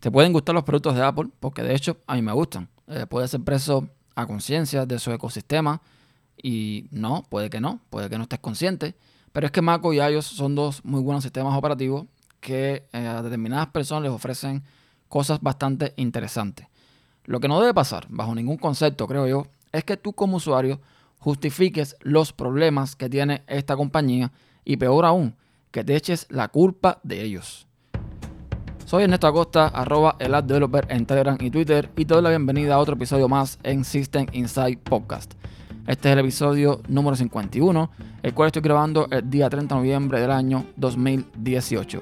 Te pueden gustar los productos de Apple, porque de hecho a mí me gustan. Puede ser preso a conciencia de su ecosistema y puede que no estés consciente. Pero es que macOS y iOS son dos muy buenos sistemas operativos que a determinadas personas les ofrecen cosas bastante interesantes. Lo que no debe pasar, bajo ningún concepto, creo yo, es que tú como usuario justifiques los problemas que tiene esta compañía y peor aún, que te eches la culpa de ellos. Soy Ernesto Acosta, @elappdeveloper en Telegram y Twitter, y te doy la bienvenida a otro episodio más en System Insight Podcast. Este es el episodio número 51, el cual estoy grabando el día 30 de noviembre del año 2018.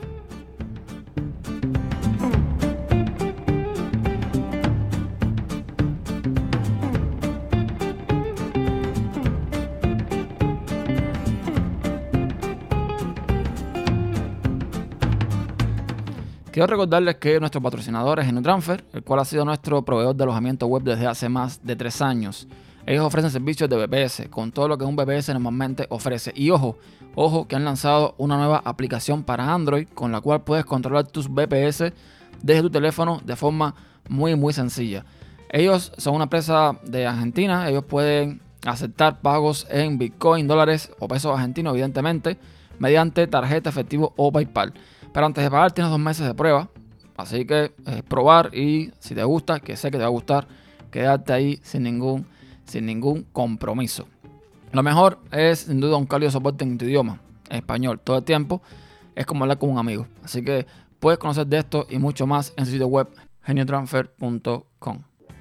Quiero recordarles que nuestro patrocinador es GenuTransfer, el cual ha sido nuestro proveedor de alojamiento web desde hace más de 3 años. Ellos ofrecen servicios de VPS, con todo lo que un VPS normalmente ofrece. Y ojo que han lanzado una nueva aplicación para Android, con la cual puedes controlar tus VPS desde tu teléfono de forma muy sencilla. Ellos son una empresa de Argentina, ellos pueden aceptar pagos en Bitcoin, dólares o pesos argentinos, evidentemente, mediante tarjeta, efectivo o PayPal. Pero antes de pagar tienes 2 meses de prueba, así que probar, y si te gusta, que sé que te va a gustar, quedarte ahí sin ningún compromiso. Lo mejor es sin duda un cálido soporte en tu idioma, en español, todo el tiempo. Es como hablar con un amigo. Así que puedes conocer de esto y mucho más en su sitio web GenuTransfer.com.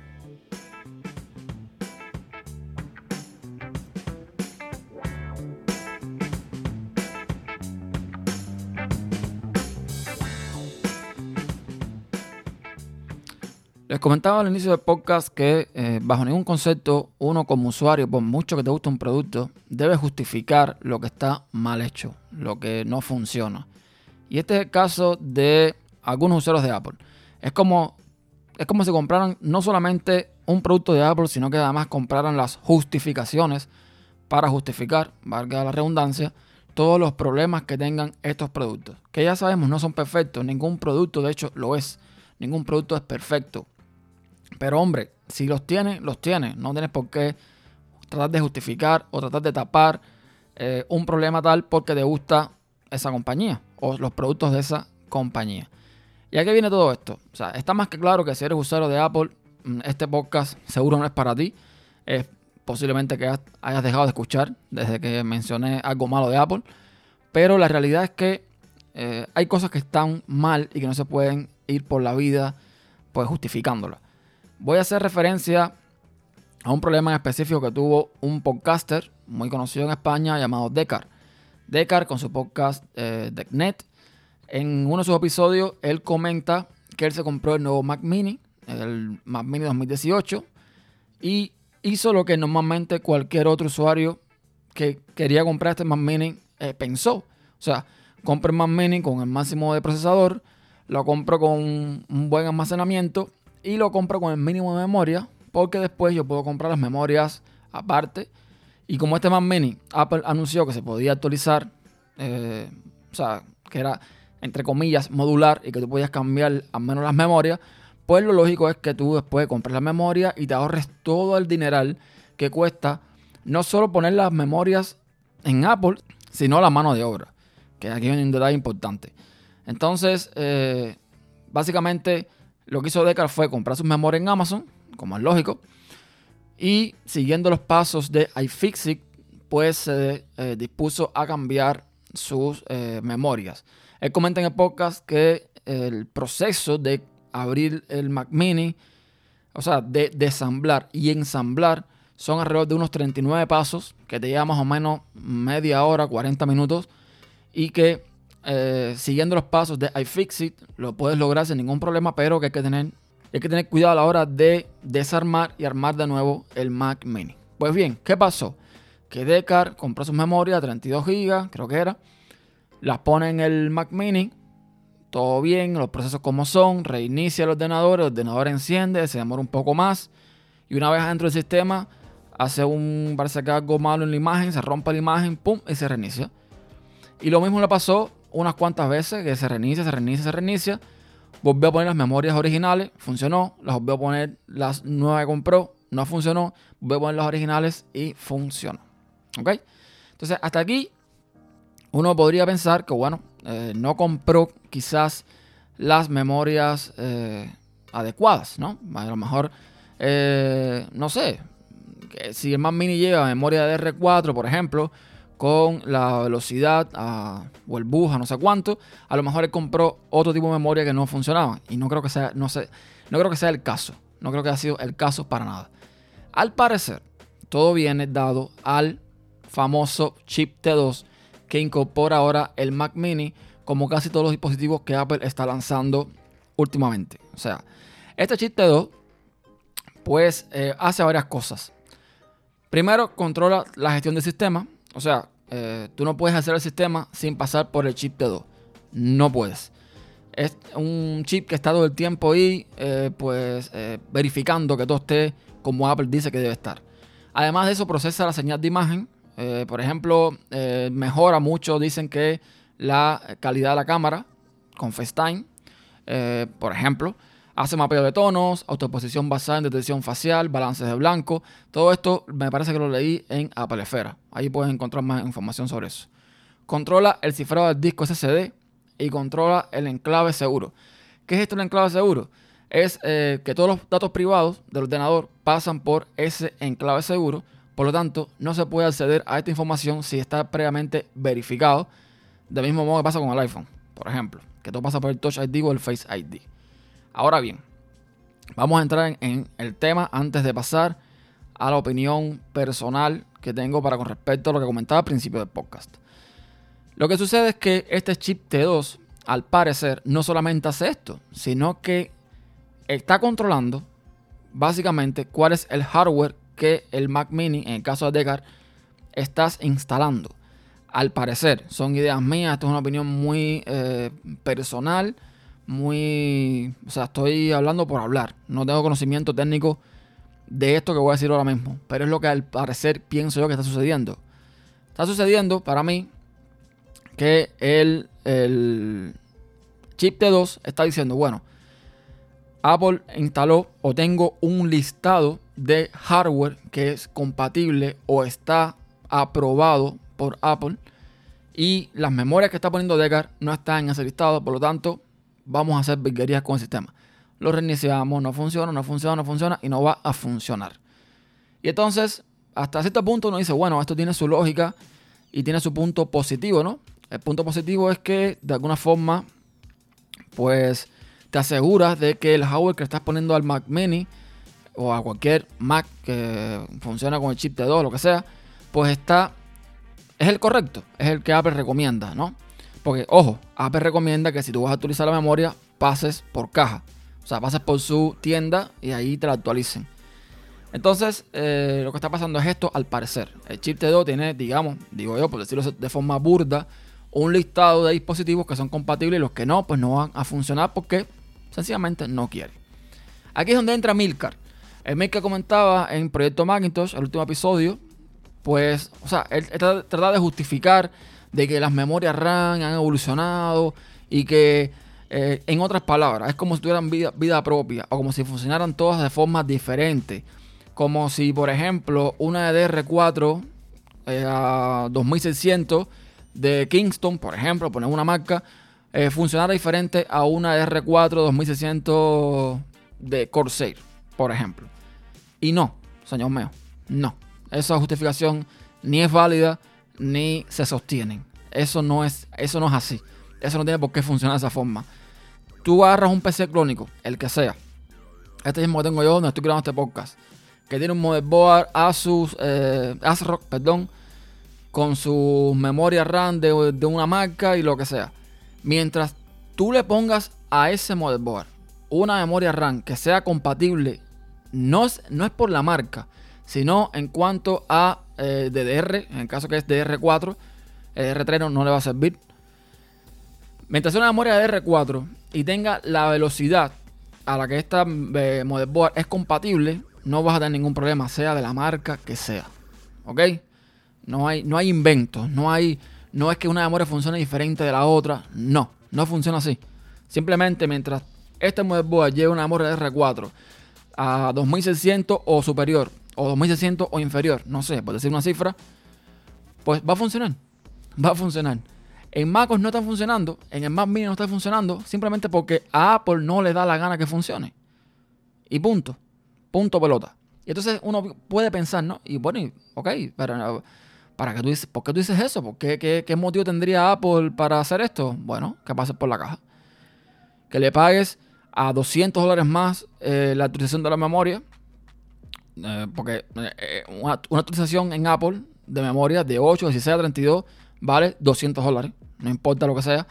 Les comentaba al inicio del podcast que bajo ningún concepto uno como usuario, por mucho que te guste un producto, debe justificar lo que está mal hecho, lo que no funciona. Y este es el caso de algunos usuarios de Apple. Es como si compraran no solamente un producto de Apple, sino que además compraran las justificaciones para justificar, valga la redundancia, todos los problemas que tengan estos productos. Que ya sabemos no son perfectos, ningún producto de hecho lo es, ningún producto es perfecto. Pero hombre, si los tienes, los tienes. No tienes por qué tratar de justificar o tratar de tapar un problema tal porque te gusta esa compañía o los productos de esa compañía. ¿Y a qué viene todo esto? O sea, está más que claro que si eres usuario de Apple, este podcast seguro no es para ti. Es posiblemente que hayas dejado de escuchar desde que mencioné algo malo de Apple. Pero la realidad es que hay cosas que están mal y que no se pueden ir por la vida pues justificándolas. Voy a hacer referencia a un problema en específico que tuvo un podcaster muy conocido en España llamado Decar. Decar, con su podcast DeckNet, en uno de sus episodios él comenta que él se compró el nuevo Mac Mini, el Mac Mini 2018, y hizo lo que normalmente cualquier otro usuario que quería comprar este Mac Mini pensó. O sea, compro el Mac Mini con el máximo de procesador, lo compro con un buen almacenamiento y lo compro con el mínimo de memoria, porque después yo puedo comprar las memorias aparte. Y como este Mac Mini, Apple anunció que se podía actualizar, o sea, que era, entre comillas, modular y que tú podías cambiar al menos las memorias, pues lo lógico es que tú después compres la memoria y te ahorres todo el dineral que cuesta no solo poner las memorias en Apple, sino la mano de obra, que aquí hay un detalle importante. Entonces, básicamente lo que hizo Decar fue comprar sus memorias en Amazon, como es lógico, y siguiendo los pasos de iFixit, pues se dispuso a cambiar sus memorias. Él comenta en el podcast que el proceso de abrir el Mac Mini, o sea, de desamblar y ensamblar, son alrededor de unos 39 pasos, que te lleva más o menos media hora, 40 minutos, y que siguiendo los pasos de iFixit lo puedes lograr sin ningún problema, pero que hay que tener cuidado a la hora de desarmar y armar de nuevo el Mac Mini. Pues bien, ¿qué pasó? Que Decar compró sus memorias, 32 GB, creo que era, las pone en el Mac Mini, todo bien, los procesos como son, reinicia el ordenador enciende, se demora un poco más, y una vez adentro del sistema, parece que algo malo en la imagen, se rompe la imagen, pum, y se reinicia. Y lo mismo le pasó unas cuantas veces, que se reinicia, volvió a poner las memorias originales, funcionó. Las volvió a poner las nuevas que compró, no funcionó. Volvió a poner las originales y funcionó. ¿Ok? Entonces, hasta aquí uno podría pensar que, bueno, no compró quizás las memorias adecuadas, ¿no? A lo mejor, no sé, que si el Mac Mini lleva memoria DDR4, por ejemplo, con la velocidad o el bus a no sé cuánto, a lo mejor él compró otro tipo de memoria que no funcionaba. Y no creo que sea, no creo que sea el caso. No creo que haya sido el caso para nada. Al parecer, todo viene dado al famoso chip T2 que incorpora ahora el Mac Mini, como casi todos los dispositivos que Apple está lanzando últimamente. O sea, este chip T2 pues hace varias cosas. Primero, controla la gestión del sistema. O sea, tú no puedes hacer el sistema sin pasar por el chip T2. No puedes. Es un chip que está todo el tiempo ahí, verificando que todo esté como Apple dice que debe estar. Además de eso, procesa la señal de imagen. Por ejemplo, mejora mucho, dicen que la calidad de la cámara con FaceTime. Por ejemplo, hace mapeo de tonos, autoexposición basada en detección facial, balances de blanco. Todo esto me parece que lo leí en Apple Esfera. Ahí puedes encontrar más información sobre eso. Controla el cifrado del disco SSD y controla el enclave seguro. ¿Qué es esto del enclave seguro? Es que todos los datos privados del ordenador pasan por ese enclave seguro. Por lo tanto, no se puede acceder a esta información si está previamente verificado. Del mismo modo que pasa con el iPhone, por ejemplo, que todo pasa por el Touch ID o el Face ID. Ahora bien, vamos a entrar en el tema antes de pasar a la opinión personal que tengo con respecto a lo que comentaba al principio del podcast. Lo que sucede es que este chip T2, al parecer, no solamente hace esto, sino que está controlando básicamente cuál es el hardware que el Mac Mini, en el caso de Deckard, estás instalando. Al parecer, son ideas mías, esto es una opinión muy personal, o sea, estoy hablando por hablar. No tengo conocimiento técnico de esto que voy a decir ahora mismo, pero es lo que al parecer pienso yo que está sucediendo. Está sucediendo para mí que el chip T2 está diciendo, bueno, Apple instaló o tengo un listado de hardware que es compatible o está aprobado por Apple y las memorias que está poniendo Deckard no están en ese listado, por lo tanto vamos a hacer virguerías con el sistema. Lo reiniciamos, no funciona y no va a funcionar. Y entonces, hasta cierto punto uno dice, bueno, esto tiene su lógica y tiene su punto positivo, ¿no? El punto positivo es que de alguna forma, pues te aseguras de que el hardware que estás poniendo al Mac Mini o a cualquier Mac que funciona con el chip T2 o lo que sea, pues es el correcto, es el que Apple recomienda, ¿no? Porque, ojo, Apple recomienda que si tú vas a actualizar la memoria, pases por caja. O sea, pases por su tienda y ahí te la actualicen. Entonces, lo que está pasando es esto, al parecer. El chip T2 tiene, digo yo, por decirlo de forma burda, un listado de dispositivos que son compatibles y los que no, pues no van a funcionar porque sencillamente no quiere. Aquí es donde entra Milcar. El Milcar comentaba en Proyecto Macintosh, el último episodio, pues, o sea, él trata de justificar de que las memorias RAM han evolucionado y que, en otras palabras, es como si tuvieran vida propia o como si funcionaran todas de forma diferente. Como si, por ejemplo, una de DR4 a 2600 de Kingston, por ejemplo, poner una marca, funcionara diferente a una DR4 2600 de Corsair, por ejemplo. Y no, señor mío, no. Esa justificación ni es válida ni se sostiene. Eso no es así. Eso no tiene por qué funcionar de esa forma. Tú agarras un PC clónico, el que sea. Este mismo que tengo yo donde estoy grabando este podcast, que tiene un motherboard ASRock, con su memoria RAM de una marca y lo que sea. Mientras tú le pongas a ese motherboard una memoria RAM que sea compatible, no es por la marca, sino en cuanto a DDR, en el caso que es DDR4, DDR3 no le va a servir. Mientras sea una memoria DDR4 y tenga la velocidad a la que esta motherboard es compatible, no vas a tener ningún problema, sea de la marca que sea. ¿Ok? No hay inventos, no es que una memoria funcione diferente de la otra. No funciona así. Simplemente mientras este motherboard lleva una memoria DDR4 a 2600 o superior, o 2600 o inferior, no sé, por decir una cifra, pues va a funcionar. Va a funcionar. En MacOS no está funcionando, en el Mac Mini no está funcionando, simplemente porque a Apple no le da la gana que funcione. Y punto. Punto pelota. Y entonces uno puede pensar, ¿no? Y bueno, ok, pero ¿para qué tú dices, ¿por qué tú dices eso? ¿Qué motivo tendría Apple para hacer esto? Bueno, que pases por la caja. Que le pagues a $200 más la actualización de la memoria. Porque una actualización en Apple de memoria de 8, 16 a 32 vale $200. No importa lo que sea.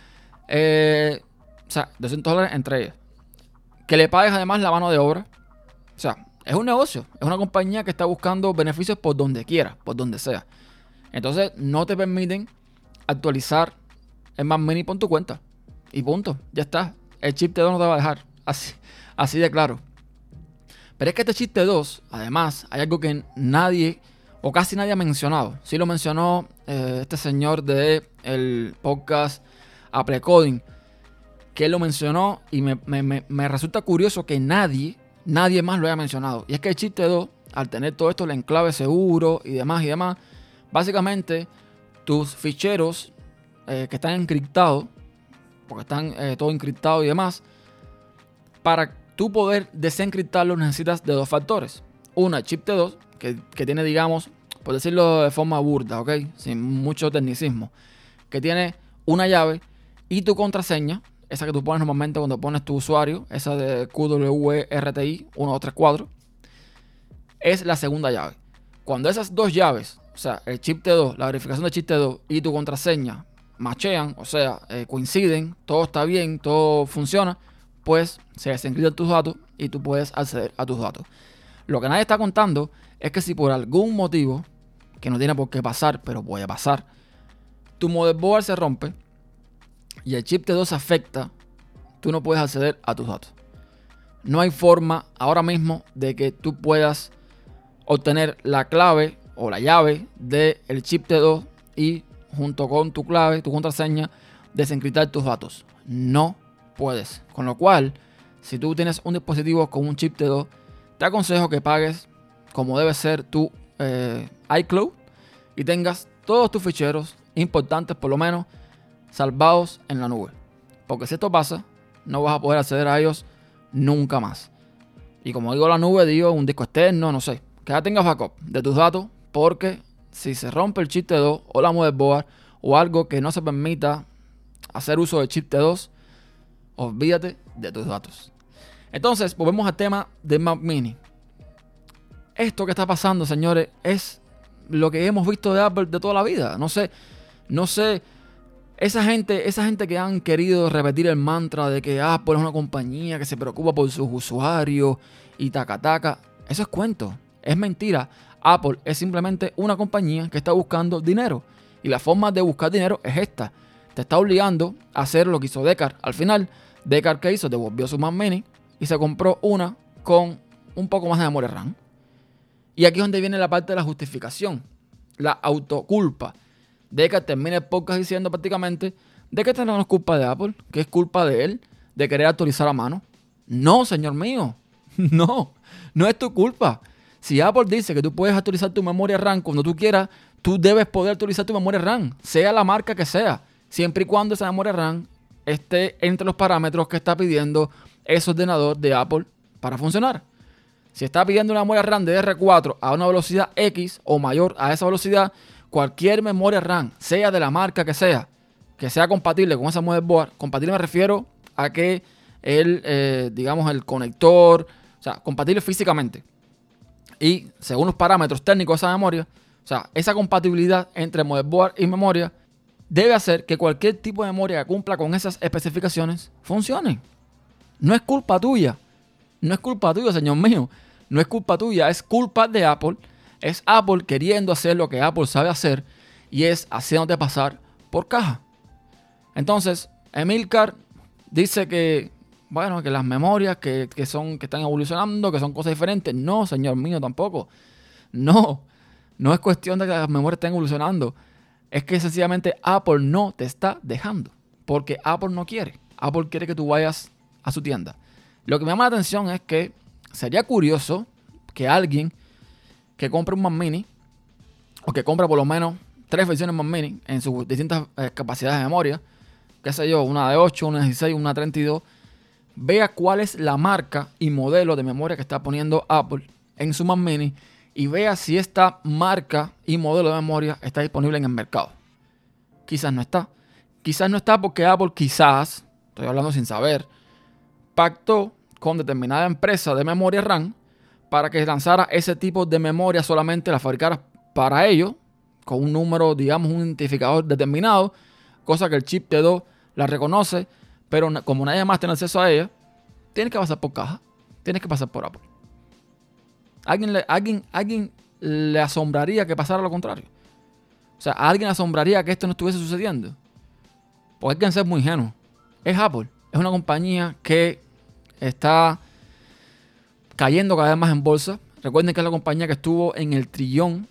O sea, $200 entre ellas. Que le pagues además la mano de obra. O sea, es un negocio. Es una compañía que está buscando beneficios por donde quiera, por donde sea. Entonces, no te permiten actualizar el Mac Mini por tu cuenta. Y punto. Ya está. El chip T2 no te va a dejar. Así de claro. Pero es que este chip T2, además, hay algo que nadie o casi nadie ha mencionado. Sí lo mencionó este señor de el podcast Apple Coding, que él lo mencionó y me resulta curioso que nadie más lo haya mencionado. Y es que el chip T2, al tener todo esto, el enclave seguro y demás, básicamente tus ficheros que están encriptados, porque están todo encriptado y demás, para tú poder desencriptarlos necesitas de dos factores. Una, el chip T2, que tiene, digamos, por decirlo de forma burda, ¿ok? Sin mucho tecnicismo, que tiene una llave y tu contraseña, esa que tú pones normalmente cuando pones tu usuario, esa de QWERTY 1234, es la segunda llave. Cuando esas dos llaves, o sea, el chip T2, la verificación del chip T2 y tu contraseña machean, o sea, coinciden, todo está bien, todo funciona, pues se desencriptan tus datos y tú puedes acceder a tus datos. Lo que nadie está contando es que si por algún motivo, que no tiene por qué pasar, pero puede pasar, tu motherboard se rompe y el chip T2 se afecta, tú no puedes acceder a tus datos. No hay forma ahora mismo de que tú puedas obtener la clave o la llave del chip T2 y junto con tu clave, tu contraseña, desencriptar tus datos. No puedes. Con lo cual, si tú tienes un dispositivo con un chip T2, te aconsejo que pagues como debe ser tu iCloud y tengas todos tus ficheros importantes, por lo menos, salvados en la nube. Porque si esto pasa, no vas a poder acceder a ellos nunca más. Y como digo la nube, digo un disco externo, no sé. Que ya tengas backup de tus datos, porque si se rompe el chip T2 o la motherboard o algo que no se permita hacer uso del chip T2, olvídate de tus datos. Entonces, volvemos al tema del Mac Mini. Esto que está pasando, señores, es lo que hemos visto de Apple de toda la vida. No sé, esa gente que han querido repetir el mantra de que Apple es una compañía que se preocupa por sus usuarios y taca, eso es cuento, es mentira. Apple es simplemente una compañía que está buscando dinero. Y la forma de buscar dinero es esta. Te está obligando a hacer lo que hizo Deckard. Al final, Deckard, ¿qué hizo? Devolvió su Mac Mini y se compró una con un poco más de memoria RAM. Y aquí es donde viene la parte de la justificación, la autoculpa. Deckard termina el podcast diciendo prácticamente de que esto no es culpa de Apple, que es culpa de él, de querer actualizar a mano. No, señor mío, no es tu culpa. Si Apple dice que tú puedes actualizar tu memoria RAM cuando tú quieras, tú debes poder actualizar tu memoria RAM, sea la marca que sea, siempre y cuando esa memoria RAM esté entre los parámetros que está pidiendo ese ordenador de Apple para funcionar. Si está pidiendo una memoria RAM de DDR4 a una velocidad X o mayor a esa velocidad, cualquier memoria RAM, sea de la marca que sea compatible con esa motherboard, compatible me refiero a que el conector, o sea, compatible físicamente. Y según los parámetros técnicos de esa memoria, o sea, esa compatibilidad entre motherboard y memoria debe hacer que cualquier tipo de memoria que cumpla con esas especificaciones funcione. No es culpa tuya. No es culpa tuya, señor mío. No es culpa tuya, es culpa de Apple. Es Apple queriendo hacer lo que Apple sabe hacer y es haciéndote pasar por caja. Entonces, Emilcar dice que, bueno, que las memorias que están evolucionando, que son cosas diferentes. No, señor mío, tampoco. No es cuestión de que las memorias estén evolucionando. Es que sencillamente Apple no te está dejando. Porque Apple no quiere. Apple quiere que tú vayas a su tienda. Lo que me llama la atención es que sería curioso que alguien que compre un Mac Mini, o que compre por lo menos 3 versiones Mac Mini en sus distintas capacidades de memoria, qué sé yo, una de 8, una de 16, una de 32, vea cuál es la marca y modelo de memoria que está poniendo Apple en su Mac Mini y vea si esta marca y modelo de memoria está disponible en el mercado. Quizás no está. Quizás no está porque Apple estoy hablando sin saber, pactó con determinada empresa de memoria RAM para que lanzara ese tipo de memoria, solamente la fabricara para ellos, con un número, digamos, un identificador determinado, cosa que el chip T2 la reconoce, pero como nadie más tiene acceso a ella, tienes que pasar por caja, tienes que pasar por Apple. ¿Alguien le asombraría que pasara lo contrario? O sea, ¿a alguien le asombraría que esto no estuviese sucediendo? Porque hay que ser muy ingenuo. Es Apple, es una compañía que está cayendo cada vez más en bolsa. Recuerden que es la compañía que estuvo en el trillón,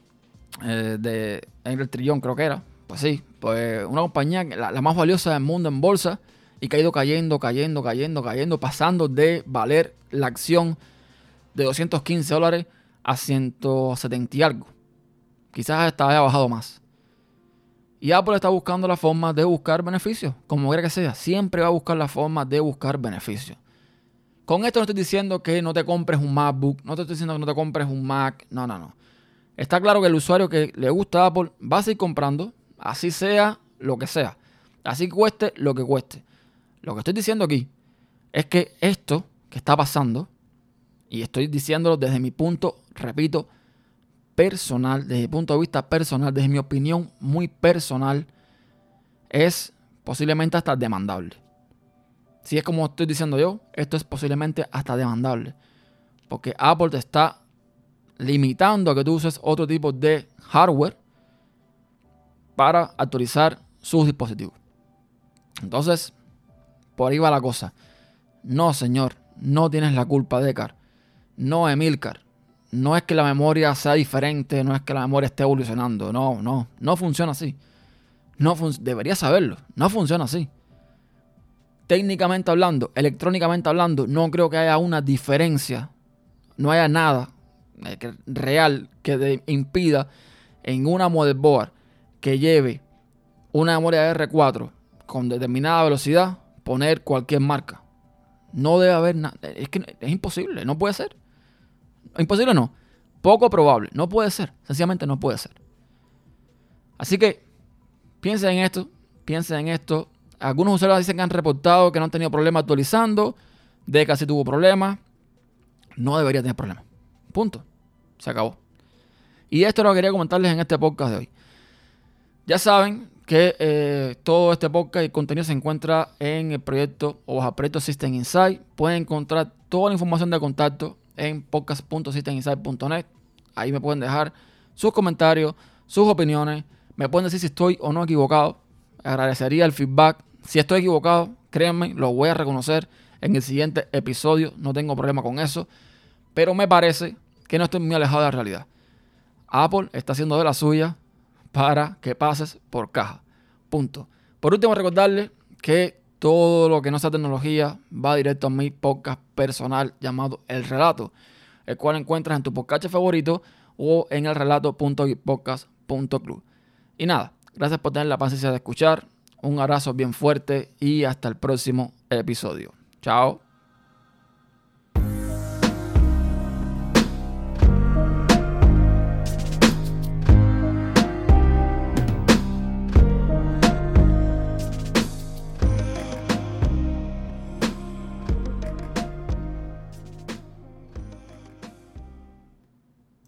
creo que era. Pues sí, pues una compañía, la más valiosa del mundo en bolsa, y que ha ido cayendo, pasando de valer la acción de $215 a 170 y algo. Quizás hasta haya bajado más. Y Apple está buscando la forma de buscar beneficios, como quiera que sea. Siempre va a buscar la forma de buscar beneficios. Con esto no estoy diciendo que no te compres un MacBook, no te estoy diciendo que no te compres un Mac, no. Está claro que el usuario que le gusta Apple va a seguir comprando, así sea lo que sea, así cueste lo que cueste. Lo que estoy diciendo aquí es que esto que está pasando, y estoy diciéndolo desde mi punto, repito, personal, desde mi punto de vista personal, desde mi opinión muy personal, es posiblemente hasta demandable. Si es como estoy diciendo yo, esto es posiblemente hasta demandable. Porque Apple te está limitando a que tú uses otro tipo de hardware para actualizar sus dispositivos. Entonces, por ahí va la cosa. No, señor, no tienes la culpa, Decar. No, Emilcar. No es que la memoria sea diferente, no es que la memoria esté evolucionando. No funciona así. Deberías saberlo. No funciona así. Técnicamente hablando, electrónicamente hablando, no creo que haya una diferencia. No haya nada real que te impida en una motherboard que lleve una memoria R4 con determinada velocidad poner cualquier marca. No debe haber nada. Es que es imposible, no puede ser. Imposible no. Poco probable. No puede ser. Sencillamente no puede ser. Así que piensen en esto. Algunos usuarios dicen que han reportado que no han tenido problemas actualizando. De que sí tuvo problemas. No debería tener problemas. Punto. Se acabó. Y esto lo quería comentarles en este podcast de hoy. Ya saben que todo este podcast y contenido se encuentra en el proyecto o bajo el proyecto System Insight. Pueden encontrar toda la información de contacto en podcast.systeminsight.net. Ahí me pueden dejar sus comentarios, sus opiniones. Me pueden decir si estoy o no equivocado. Agradecería el feedback. Si estoy equivocado, créanme, lo voy a reconocer en el siguiente episodio. No tengo problema con eso. Pero me parece que no estoy muy alejado de la realidad. Apple está haciendo de la suya para que pases por caja. Punto. Por último, recordarles que todo lo que no sea tecnología va directo a mi podcast personal llamado El Relato, el cual encuentras en tu podcast favorito o en elrelato.podcast.club. Y nada, gracias por tener la paciencia de escuchar. Un abrazo bien fuerte y hasta el próximo episodio. Chao.